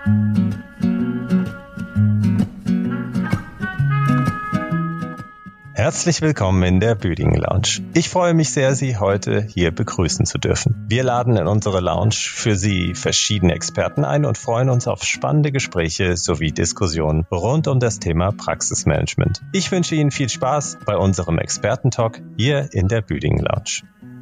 Herzlich willkommen in der Büdingen Lounge. Ich freue mich sehr, Sie heute hier begrüßen zu dürfen. Wir laden in unsere Lounge für Sie verschiedene Experten ein und freuen uns auf spannende Gespräche sowie Diskussionen rund um das Thema Praxismanagement. Ich wünsche Ihnen viel Spaß bei unserem Expertentalk hier in der Büdingen Lounge.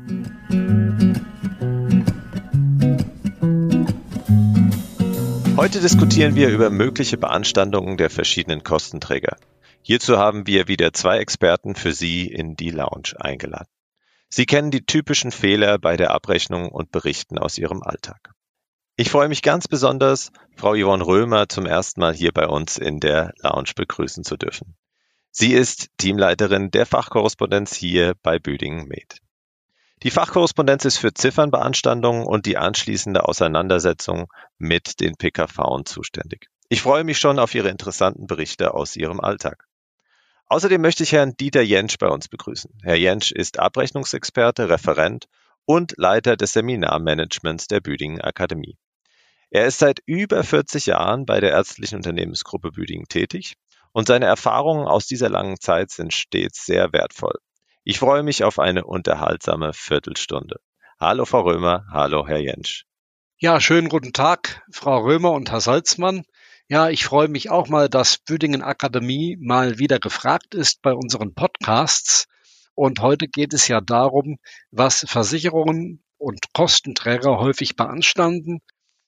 Heute diskutieren wir über mögliche Beanstandungen der verschiedenen Kostenträger. Hierzu haben wir wieder 2 Experten für Sie in die Lounge eingeladen. Sie kennen die typischen Fehler bei der Abrechnung und berichten aus Ihrem Alltag. Ich freue mich ganz besonders, Frau Yvonne Römer zum ersten Mal hier bei uns in der Lounge begrüßen zu dürfen. Sie ist Teamleiterin der Fachkorrespondenz hier bei Büdingen Med. Die Fachkorrespondenz ist für Ziffernbeanstandungen und die anschließende Auseinandersetzung mit den PKV zuständig. Ich freue mich schon auf Ihre interessanten Berichte aus Ihrem Alltag. Außerdem möchte ich Herrn Dieter Jentsch bei uns begrüßen. Herr Jentsch ist Abrechnungsexperte, Referent und Leiter des Seminarmanagements der Büdingen Akademie. Er ist seit über 40 Jahren bei der ärztlichen Unternehmensgruppe Büdingen tätig und seine Erfahrungen aus dieser langen Zeit sind stets sehr wertvoll. Ich freue mich auf eine unterhaltsame Viertelstunde. Hallo Frau Römer, hallo Herr Jentsch. Ja, schönen guten Tag, Frau Römer und Herr Salzmann. Ja, ich freue mich auch mal, dass Büdingen Akademie mal wieder gefragt ist bei unseren Podcasts. Und heute geht es ja darum, was Versicherungen und Kostenträger häufig beanstanden.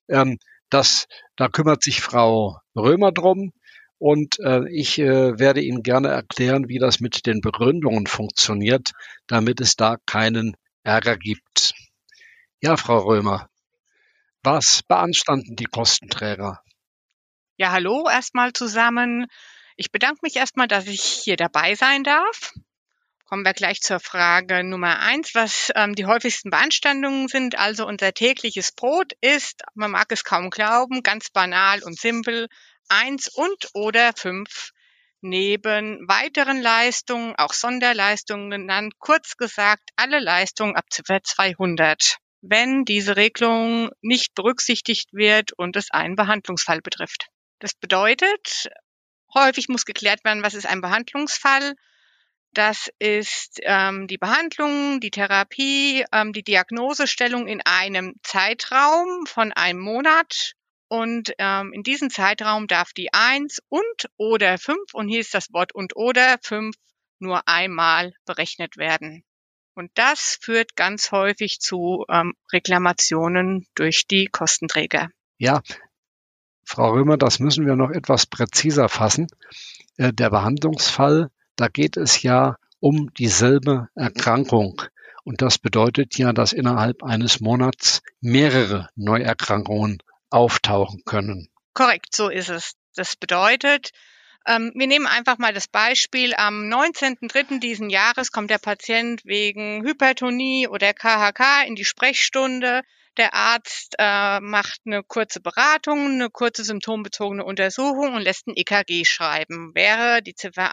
Da kümmert sich Frau Römer drum. Und ich werde Ihnen gerne erklären, wie das mit den Begründungen funktioniert, damit es da keinen Ärger gibt. Ja, Frau Römer, was beanstanden die Kostenträger? Ja, hallo erstmal zusammen. Ich bedanke mich erstmal, dass ich hier dabei sein darf. Kommen wir gleich zur Frage Nummer 1, was die häufigsten Beanstandungen sind. Also unser tägliches Brot ist, man mag es kaum glauben, ganz banal und simpel, 1 und oder 5 neben weiteren Leistungen, auch Sonderleistungen genannt, kurz gesagt alle Leistungen ab Ziffer 200, wenn diese Regelung nicht berücksichtigt wird und es einen Behandlungsfall betrifft. Das bedeutet, häufig muss geklärt werden, was ist ein Behandlungsfall. Das ist die Behandlung, die Therapie, die Diagnosestellung in einem Zeitraum von einem Monat. Und in diesem Zeitraum darf die 1 und oder 5, und hier ist das Wort und oder 5, nur einmal berechnet werden. Und das führt ganz häufig zu Reklamationen durch die Kostenträger. Ja, Frau Römer, das müssen wir noch etwas präziser fassen. Der Behandlungsfall, da geht es ja um dieselbe Erkrankung. Und das bedeutet ja, dass innerhalb eines Monats mehrere Neuerkrankungen auftauchen können. Korrekt, so ist es. Das bedeutet, wir nehmen einfach mal das Beispiel, am 19.03. diesen Jahres kommt der Patient wegen Hypertonie oder KHK in die Sprechstunde. Der Arzt macht eine kurze Beratung, eine kurze symptombezogene Untersuchung und lässt ein EKG schreiben. Wäre die Ziffer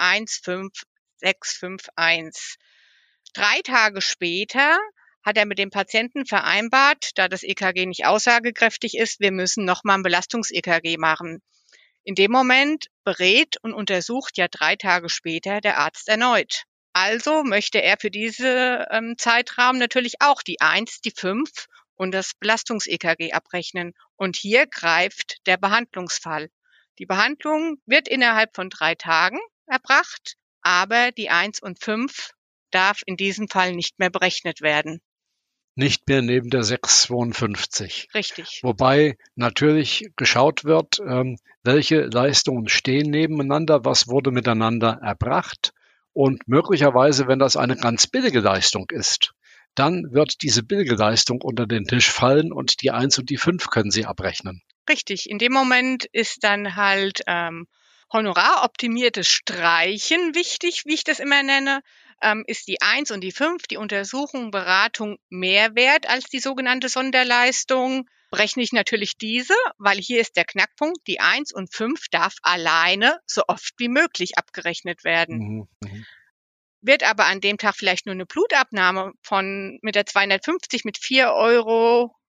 15651. 3 Tage später hat er mit dem Patienten vereinbart, da das EKG nicht aussagekräftig ist, wir müssen nochmal ein Belastungs-EKG machen. In dem Moment berät und untersucht ja 3 Tage später der Arzt erneut. Also möchte er für diesen Zeitraum natürlich auch die 1, die 5 und das Belastungs-EKG abrechnen. Und hier greift der Behandlungsfall. Die Behandlung wird innerhalb von 3 Tagen erbracht, aber die 1 und 5 darf in diesem Fall nicht mehr berechnet werden. Nicht mehr neben der 652. Richtig. Wobei natürlich geschaut wird, welche Leistungen stehen nebeneinander, was wurde miteinander erbracht. Und möglicherweise, wenn das eine ganz billige Leistung ist, dann wird diese billige Leistung unter den Tisch fallen und die 1 und die 5 können Sie abrechnen. Richtig. In dem Moment ist dann halt honoraroptimiertes Streichen wichtig, wie ich das immer nenne. Ist die 1 und die 5, die Untersuchung, Beratung, mehr wert als die sogenannte Sonderleistung, berechne ich natürlich diese, weil hier ist der Knackpunkt, die 1 und 5 darf alleine so oft wie möglich abgerechnet werden. Wird aber an dem Tag vielleicht nur eine Blutabnahme mit der 250 mit 4 €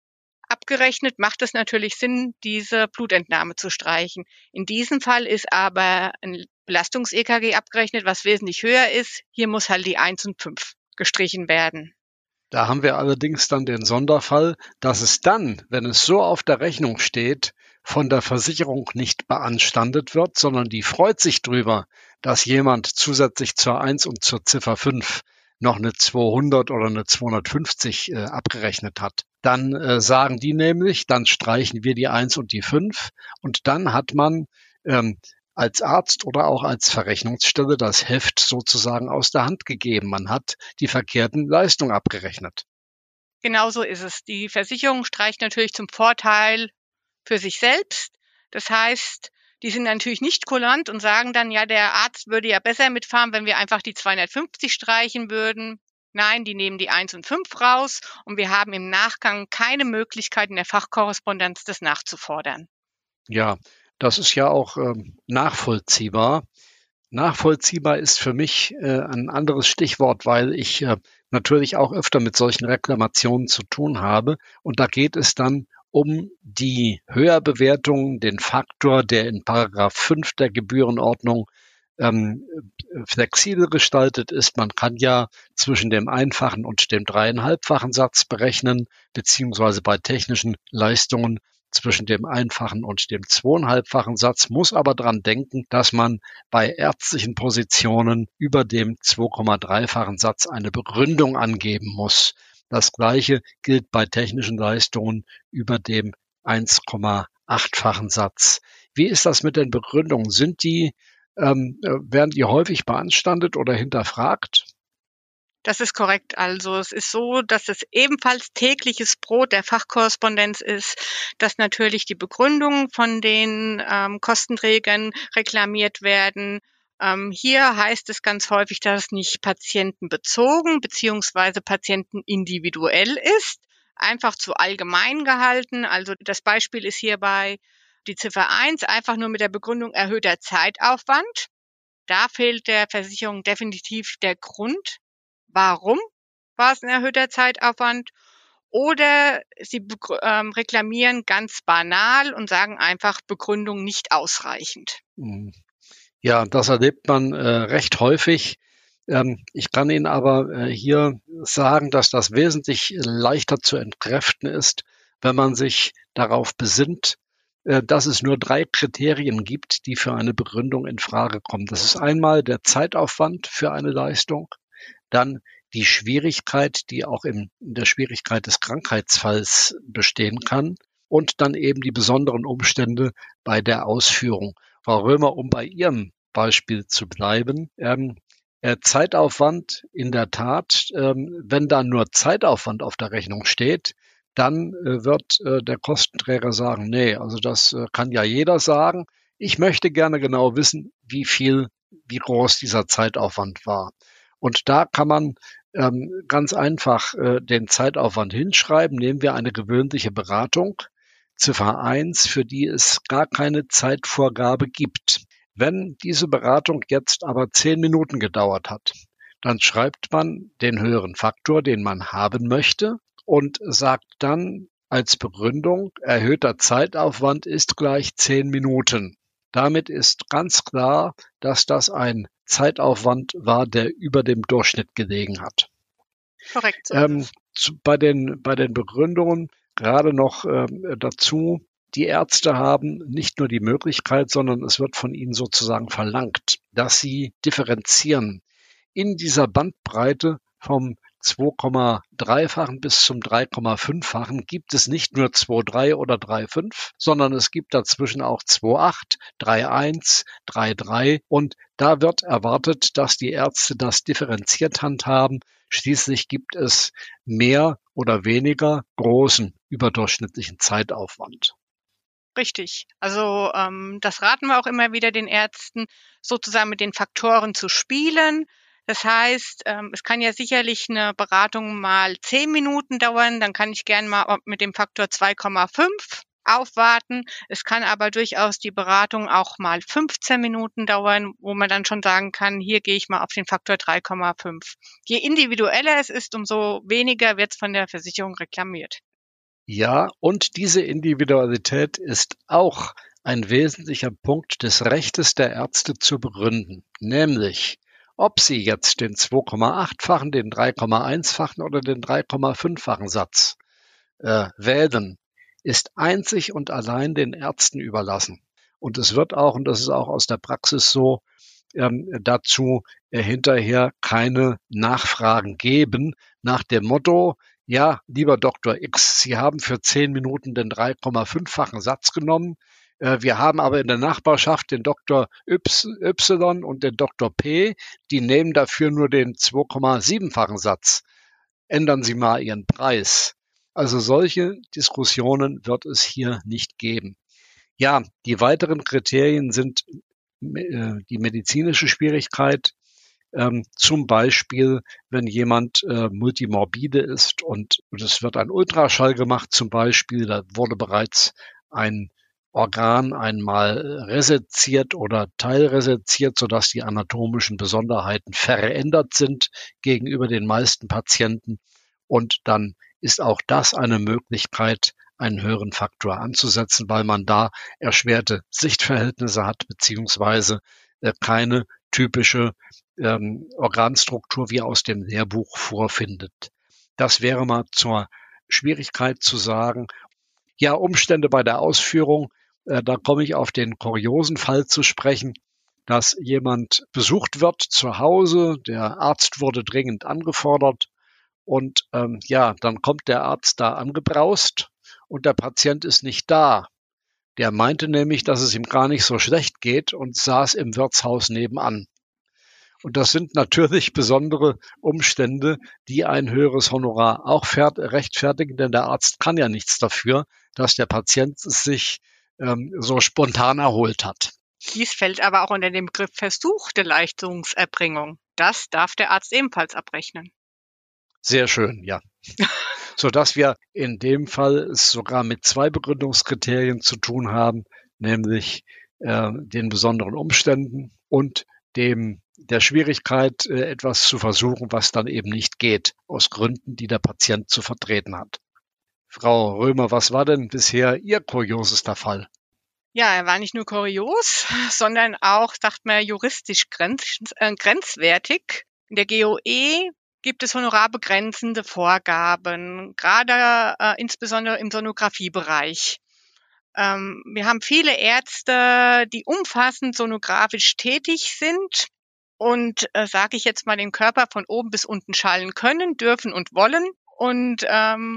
abgerechnet, macht es natürlich Sinn, diese Blutentnahme zu streichen. In diesem Fall ist aber ein Belastungs-EKG abgerechnet, was wesentlich höher ist. Hier muss halt die 1 und 5 gestrichen werden. Da haben wir allerdings dann den Sonderfall, dass es dann, wenn es so auf der Rechnung steht, von der Versicherung nicht beanstandet wird, sondern die freut sich drüber, dass jemand zusätzlich zur 1 und zur Ziffer 5 noch eine 200 oder eine 250 abgerechnet hat. Dann sagen die nämlich, dann streichen wir die 1 und die 5 und dann hat man als Arzt oder auch als Verrechnungsstelle das Heft sozusagen aus der Hand gegeben. Man hat die verkehrten Leistungen abgerechnet. Genau so ist es. Die Versicherung streicht natürlich zum Vorteil für sich selbst. Das heißt, die sind natürlich nicht kulant und sagen dann, ja, der Arzt würde ja besser mitfahren, wenn wir einfach die 250 streichen würden. Nein, die nehmen die 1 und 5 raus und wir haben im Nachgang keine Möglichkeit in der Fachkorrespondenz das nachzufordern. Ja, das ist ja auch nachvollziehbar. Nachvollziehbar ist für mich ein anderes Stichwort, weil ich natürlich auch öfter mit solchen Reklamationen zu tun habe. Und da geht es dann um die Höherbewertung, den Faktor, der in Paragraph 5 der Gebührenordnung flexibel gestaltet ist. Man kann ja zwischen dem einfachen und dem 3,5-fachen Satz berechnen, beziehungsweise bei technischen Leistungen zwischen dem einfachen und dem 2,5-fachen Satz, muss aber dran denken, dass man bei ärztlichen Positionen über dem 2,3-fachen Satz eine Begründung angeben muss. Das Gleiche gilt bei technischen Leistungen über dem 1,8-fachen Satz. Wie ist das mit den Begründungen? Werden die häufig beanstandet oder hinterfragt? Das ist korrekt. Also es ist so, dass es ebenfalls tägliches Brot der Fachkorrespondenz ist, dass natürlich die Begründungen von den Kostenträgern reklamiert werden. Hier heißt es ganz häufig, dass es nicht patientenbezogen beziehungsweise patientenindividuell ist, einfach zu allgemein gehalten. Also das Beispiel ist hierbei die Ziffer 1, einfach nur mit der Begründung erhöhter Zeitaufwand. Da fehlt der Versicherung definitiv der Grund. Warum war es ein erhöhter Zeitaufwand? Oder sie reklamieren ganz banal und sagen einfach Begründung nicht ausreichend. Ja, das erlebt man recht häufig. Ich kann Ihnen aber hier sagen, dass das wesentlich leichter zu entkräften ist, wenn man sich darauf besinnt, dass es nur 3 Kriterien gibt, die für eine Begründung in Frage kommen. Das ist einmal der Zeitaufwand für eine Leistung, dann die Schwierigkeit, die auch in der Schwierigkeit des Krankheitsfalls bestehen kann und dann eben die besonderen Umstände bei der Ausführung. Frau Römer, um bei Ihrem Beispiel zu bleiben, Zeitaufwand in der Tat, wenn da nur Zeitaufwand auf der Rechnung steht, dann wird der Kostenträger sagen, nee, also das kann ja jeder sagen. Ich möchte gerne genau wissen, wie groß dieser Zeitaufwand war. Und da kann man ganz einfach den Zeitaufwand hinschreiben. Nehmen wir eine gewöhnliche Beratung, Ziffer 1, für die es gar keine Zeitvorgabe gibt. Wenn diese Beratung jetzt aber 10 Minuten gedauert hat, dann schreibt man den höheren Faktor, den man haben möchte, und sagt dann als Begründung, erhöhter Zeitaufwand ist gleich 10 Minuten. Damit ist ganz klar, dass das ein Zeitaufwand war, der über dem Durchschnitt gelegen hat. Korrekt. Bei den Begründungen gerade noch dazu, die Ärzte haben nicht nur die Möglichkeit, sondern es wird von ihnen sozusagen verlangt, dass sie differenzieren. In dieser Bandbreite vom 2,3-fachen bis zum 3,5-fachen gibt es nicht nur 2,3 oder 3,5, sondern es gibt dazwischen auch 2,8, 3,1, 3,3 und da wird erwartet, dass die Ärzte das differenziert handhaben. Schließlich gibt es mehr oder weniger großen überdurchschnittlichen Zeitaufwand. Richtig. Also das raten wir auch immer wieder den Ärzten, sozusagen mit den Faktoren zu spielen. Das heißt, es kann ja sicherlich eine Beratung mal 10 Minuten dauern, dann kann ich gern mal mit dem Faktor 2,5 aufwarten. Es kann aber durchaus die Beratung auch mal 15 Minuten dauern, wo man dann schon sagen kann, hier gehe ich mal auf den Faktor 3,5. Je individueller es ist, umso weniger wird es von der Versicherung reklamiert. Ja, und diese Individualität ist auch ein wesentlicher Punkt des Rechtes der Ärzte zu begründen, nämlich ob sie jetzt den 2,8-fachen, den 3,1-fachen oder den 3,5-fachen Satz wählen, ist einzig und allein den Ärzten überlassen. Und es wird auch, und das ist auch aus der Praxis so, dazu hinterher keine Nachfragen geben nach dem Motto, ja, lieber Dr. X, Sie haben für 10 Minuten den 3,5-fachen Satz genommen. Wir haben aber in der Nachbarschaft den Dr. Y und den Dr. P, die nehmen dafür nur den 2,7-fachen Satz. Ändern Sie mal Ihren Preis. Also solche Diskussionen wird es hier nicht geben. Ja, die weiteren Kriterien sind die medizinische Schwierigkeit, zum Beispiel, wenn jemand multimorbide ist und es wird ein Ultraschall gemacht, zum Beispiel, da wurde bereits ein Organ einmal reseziert oder teilreseziert, sodass die anatomischen Besonderheiten verändert sind gegenüber den meisten Patienten. Und dann ist auch das eine Möglichkeit, einen höheren Faktor anzusetzen, weil man da erschwerte Sichtverhältnisse hat, beziehungsweise keine typische Organstruktur wie aus dem Lehrbuch vorfindet. Das wäre mal zur Schwierigkeit zu sagen. Ja, Umstände bei der Ausführung, da komme ich auf den kuriosen Fall zu sprechen, dass jemand besucht wird zu Hause, der Arzt wurde dringend angefordert und dann kommt der Arzt da angebraust und der Patient ist nicht da. Der meinte nämlich, dass es ihm gar nicht so schlecht geht und saß im Wirtshaus nebenan. Und das sind natürlich besondere Umstände, die ein höheres Honorar auch rechtfertigen, denn der Arzt kann ja nichts dafür, dass der Patient sich so spontan erholt hat. Dies fällt aber auch unter den Begriff versuchte Leistungserbringung. Das darf der Arzt ebenfalls abrechnen. Sehr schön, ja. Sodass wir in dem Fall es sogar mit 2 Begründungskriterien zu tun haben, nämlich den besonderen Umständen und der Schwierigkeit, etwas zu versuchen, was dann eben nicht geht, aus Gründen, die der Patient zu vertreten hat. Frau Römer, was war denn bisher Ihr kuriosester Fall? Ja, er war nicht nur kurios, sondern auch, sagt man, juristisch grenzwertig. In der GOE gibt es honorarbegrenzende Vorgaben, gerade insbesondere im Sonographiebereich. Wir haben viele Ärzte, die umfassend sonografisch tätig sind und, sage ich jetzt mal, den Körper von oben bis unten schallen können, dürfen und wollen. Und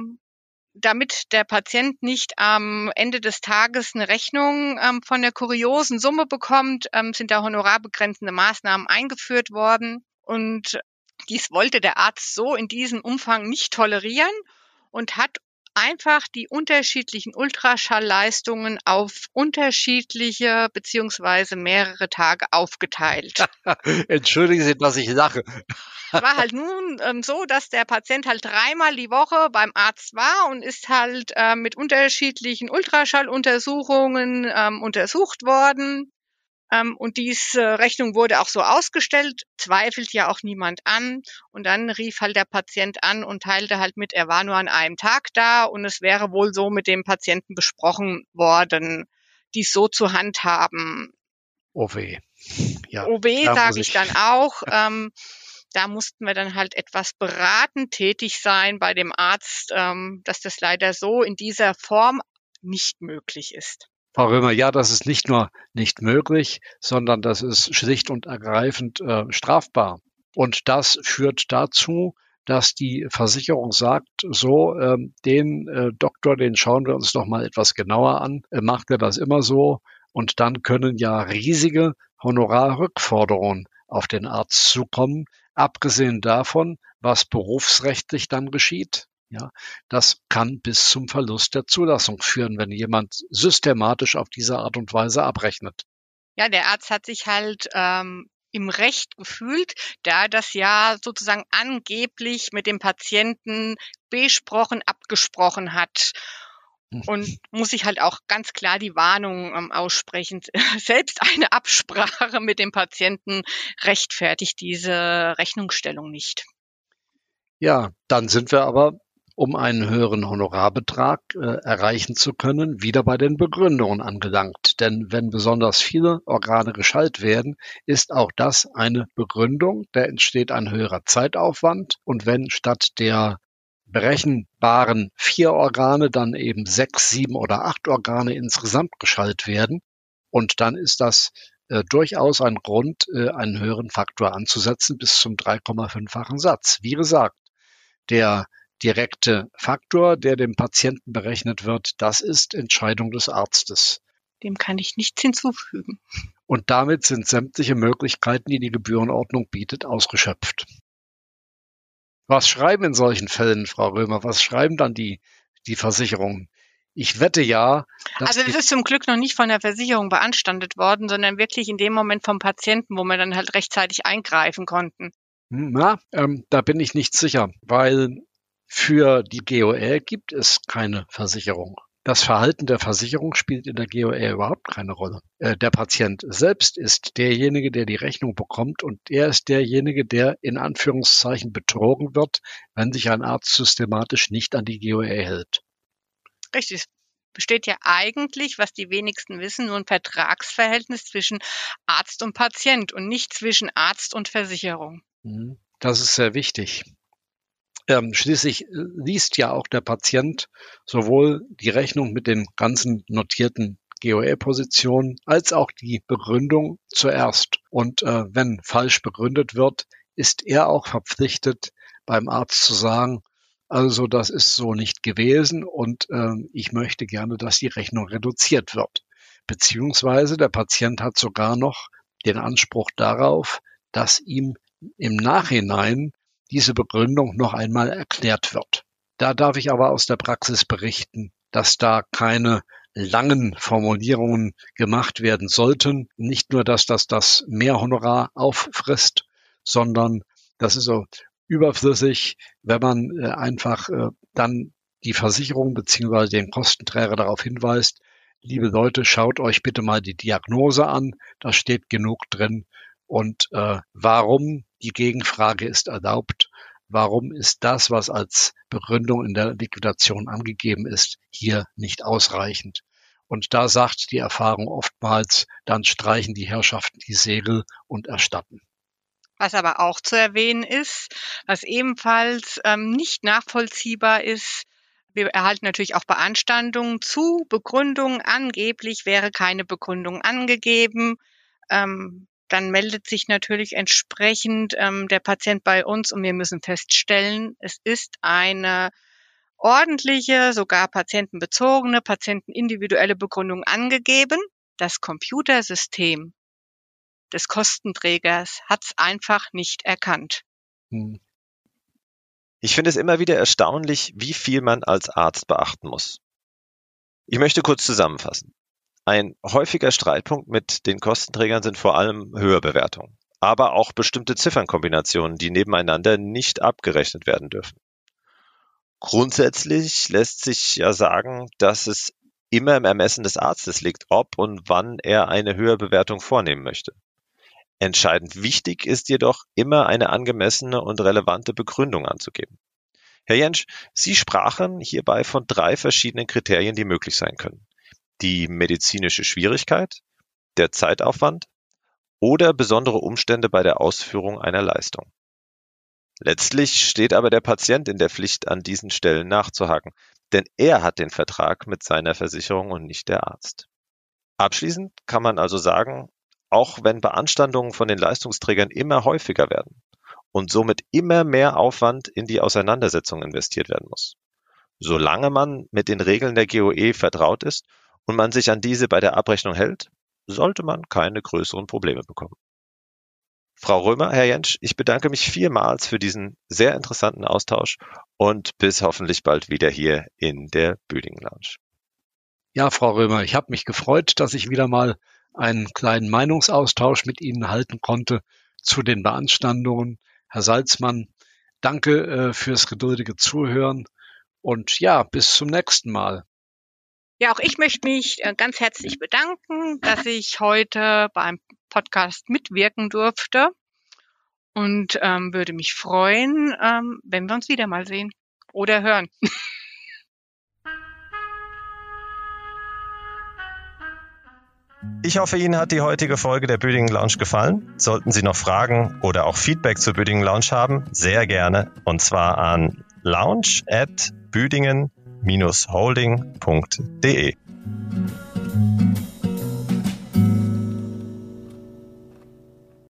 damit der Patient nicht am Ende des Tages eine Rechnung von der kuriosen Summe bekommt, sind da honorarbegrenzende Maßnahmen eingeführt worden. Und dies wollte der Arzt so in diesem Umfang nicht tolerieren und hat einfach die unterschiedlichen Ultraschallleistungen auf unterschiedliche beziehungsweise mehrere Tage aufgeteilt. Entschuldigen Sie, dass ich lache. Es war halt nun so, dass der Patient halt 3-mal die Woche beim Arzt war und ist halt mit unterschiedlichen Ultraschalluntersuchungen untersucht worden. Und diese Rechnung wurde auch so ausgestellt, zweifelt ja auch niemand an. Und dann rief halt der Patient an und teilte halt mit, er war nur an einem Tag da und es wäre wohl so mit dem Patienten besprochen worden, dies so zu handhaben. Oh weh. Ja, Oh weh, sage ich dann auch. Da mussten wir dann halt etwas beratend tätig sein bei dem Arzt, dass das leider so in dieser Form nicht möglich ist. Frau Römer, ja, das ist nicht nur nicht möglich, sondern das ist schlicht und ergreifend strafbar. Und das führt dazu, dass die Versicherung sagt, so, den Doktor, den schauen wir uns noch mal etwas genauer an. Macht er das immer so? Und dann können ja riesige Honorarrückforderungen auf den Arzt zukommen, abgesehen davon, was berufsrechtlich dann geschieht. Ja, das kann bis zum Verlust der Zulassung führen, wenn jemand systematisch auf diese Art und Weise abrechnet. Ja, der Arzt hat sich halt im Recht gefühlt, da das ja sozusagen angeblich mit dem Patienten besprochen, abgesprochen hat. Und muss ich halt auch ganz klar die Warnung aussprechen. Selbst eine Absprache mit dem Patienten rechtfertigt diese Rechnungsstellung nicht. Ja, dann sind wir aber um einen höheren Honorarbetrag erreichen zu können, wieder bei den Begründungen angelangt. Denn wenn besonders viele Organe geschaltet werden, ist auch das eine Begründung. Da entsteht ein höherer Zeitaufwand. Und wenn statt der berechenbaren 4 Organe dann eben 6, 7 oder 8 Organe insgesamt geschaltet werden, und dann ist das durchaus ein Grund, einen höheren Faktor anzusetzen bis zum 3,5-fachen Satz. Wie gesagt, der direkte Faktor, der dem Patienten berechnet wird, das ist Entscheidung des Arztes. Dem kann ich nichts hinzufügen. Und damit sind sämtliche Möglichkeiten, die die Gebührenordnung bietet, ausgeschöpft. Was schreiben in solchen Fällen, Frau Römer? Was schreiben dann die Versicherungen? Ich wette ja, dass Also das ist zum Glück noch nicht von der Versicherung beanstandet worden, sondern wirklich in dem Moment vom Patienten, wo wir dann halt rechtzeitig eingreifen konnten. Da bin ich nicht sicher, weil für die GOL gibt es keine Versicherung. Das Verhalten der Versicherung spielt in der GOL überhaupt keine Rolle. Der Patient selbst ist derjenige, der die Rechnung bekommt, und er ist derjenige, der in Anführungszeichen betrogen wird, wenn sich ein Arzt systematisch nicht an die GOL hält. Richtig. Es besteht ja eigentlich, was die wenigsten wissen, nur ein Vertragsverhältnis zwischen Arzt und Patient und nicht zwischen Arzt und Versicherung. Das ist sehr wichtig. Schließlich liest ja auch der Patient sowohl die Rechnung mit den ganzen notierten GOL-Positionen als auch die Begründung zuerst. Und wenn falsch begründet wird, ist er auch verpflichtet, beim Arzt zu sagen, also das ist so nicht gewesen und ich möchte gerne, dass die Rechnung reduziert wird. Beziehungsweise der Patient hat sogar noch den Anspruch darauf, dass ihm im Nachhinein diese Begründung noch einmal erklärt wird. Da darf ich aber aus der Praxis berichten, dass da keine langen Formulierungen gemacht werden sollten. Nicht nur, dass das Mehrhonorar auffrisst, sondern das ist so überflüssig, wenn man einfach dann die Versicherung bzw. den Kostenträger darauf hinweist, liebe Leute, schaut euch bitte mal die Diagnose an, da steht genug drin. Und warum, die Gegenfrage ist erlaubt, warum ist das, was als Begründung in der Liquidation angegeben ist, hier nicht ausreichend? Und da sagt die Erfahrung oftmals, dann streichen die Herrschaften die Segel und erstatten. Was aber auch zu erwähnen ist, was ebenfalls nicht nachvollziehbar ist, wir erhalten natürlich auch Beanstandungen zu Begründungen. Angeblich wäre keine Begründung angegeben. Dann meldet sich natürlich entsprechend der Patient bei uns und wir müssen feststellen, es ist eine ordentliche, sogar patientenbezogene, patientenindividuelle Begründung angegeben. Das Computersystem des Kostenträgers hat es einfach nicht erkannt. Ich finde es immer wieder erstaunlich, wie viel man als Arzt beachten muss. Ich möchte kurz zusammenfassen. Ein häufiger Streitpunkt mit den Kostenträgern sind vor allem Höherbewertungen, aber auch bestimmte Ziffernkombinationen, die nebeneinander nicht abgerechnet werden dürfen. Grundsätzlich lässt sich ja sagen, dass es immer im Ermessen des Arztes liegt, ob und wann er eine Höherbewertung vornehmen möchte. Entscheidend wichtig ist jedoch, immer eine angemessene und relevante Begründung anzugeben. Herr Jentsch, Sie sprachen hierbei von 3 verschiedenen Kriterien, die möglich sein können. Die medizinische Schwierigkeit, der Zeitaufwand oder besondere Umstände bei der Ausführung einer Leistung. Letztlich steht aber der Patient in der Pflicht, an diesen Stellen nachzuhaken, denn er hat den Vertrag mit seiner Versicherung und nicht der Arzt. Abschließend kann man also sagen, auch wenn Beanstandungen von den Leistungsträgern immer häufiger werden und somit immer mehr Aufwand in die Auseinandersetzung investiert werden muss. Solange man mit den Regeln der GOE vertraut ist und man sich an diese bei der Abrechnung hält, sollte man keine größeren Probleme bekommen. Frau Römer, Herr Jentsch, ich bedanke mich vielmals für diesen sehr interessanten Austausch und bis hoffentlich bald wieder hier in der Büdingen Lounge. Ja, Frau Römer, ich habe mich gefreut, dass ich wieder mal einen kleinen Meinungsaustausch mit Ihnen halten konnte zu den Beanstandungen. Herr Salzmann, danke fürs geduldige Zuhören und ja, bis zum nächsten Mal. Ja, auch ich möchte mich ganz herzlich bedanken, dass ich heute beim Podcast mitwirken durfte und würde mich freuen, wenn wir uns wieder mal sehen. oder hören. Ich hoffe, Ihnen hat die heutige Folge der Büdingen Lounge gefallen. Sollten Sie noch Fragen oder auch Feedback zur Büdingen Lounge haben, sehr gerne. Und zwar an lounge@büdingen-holding.de.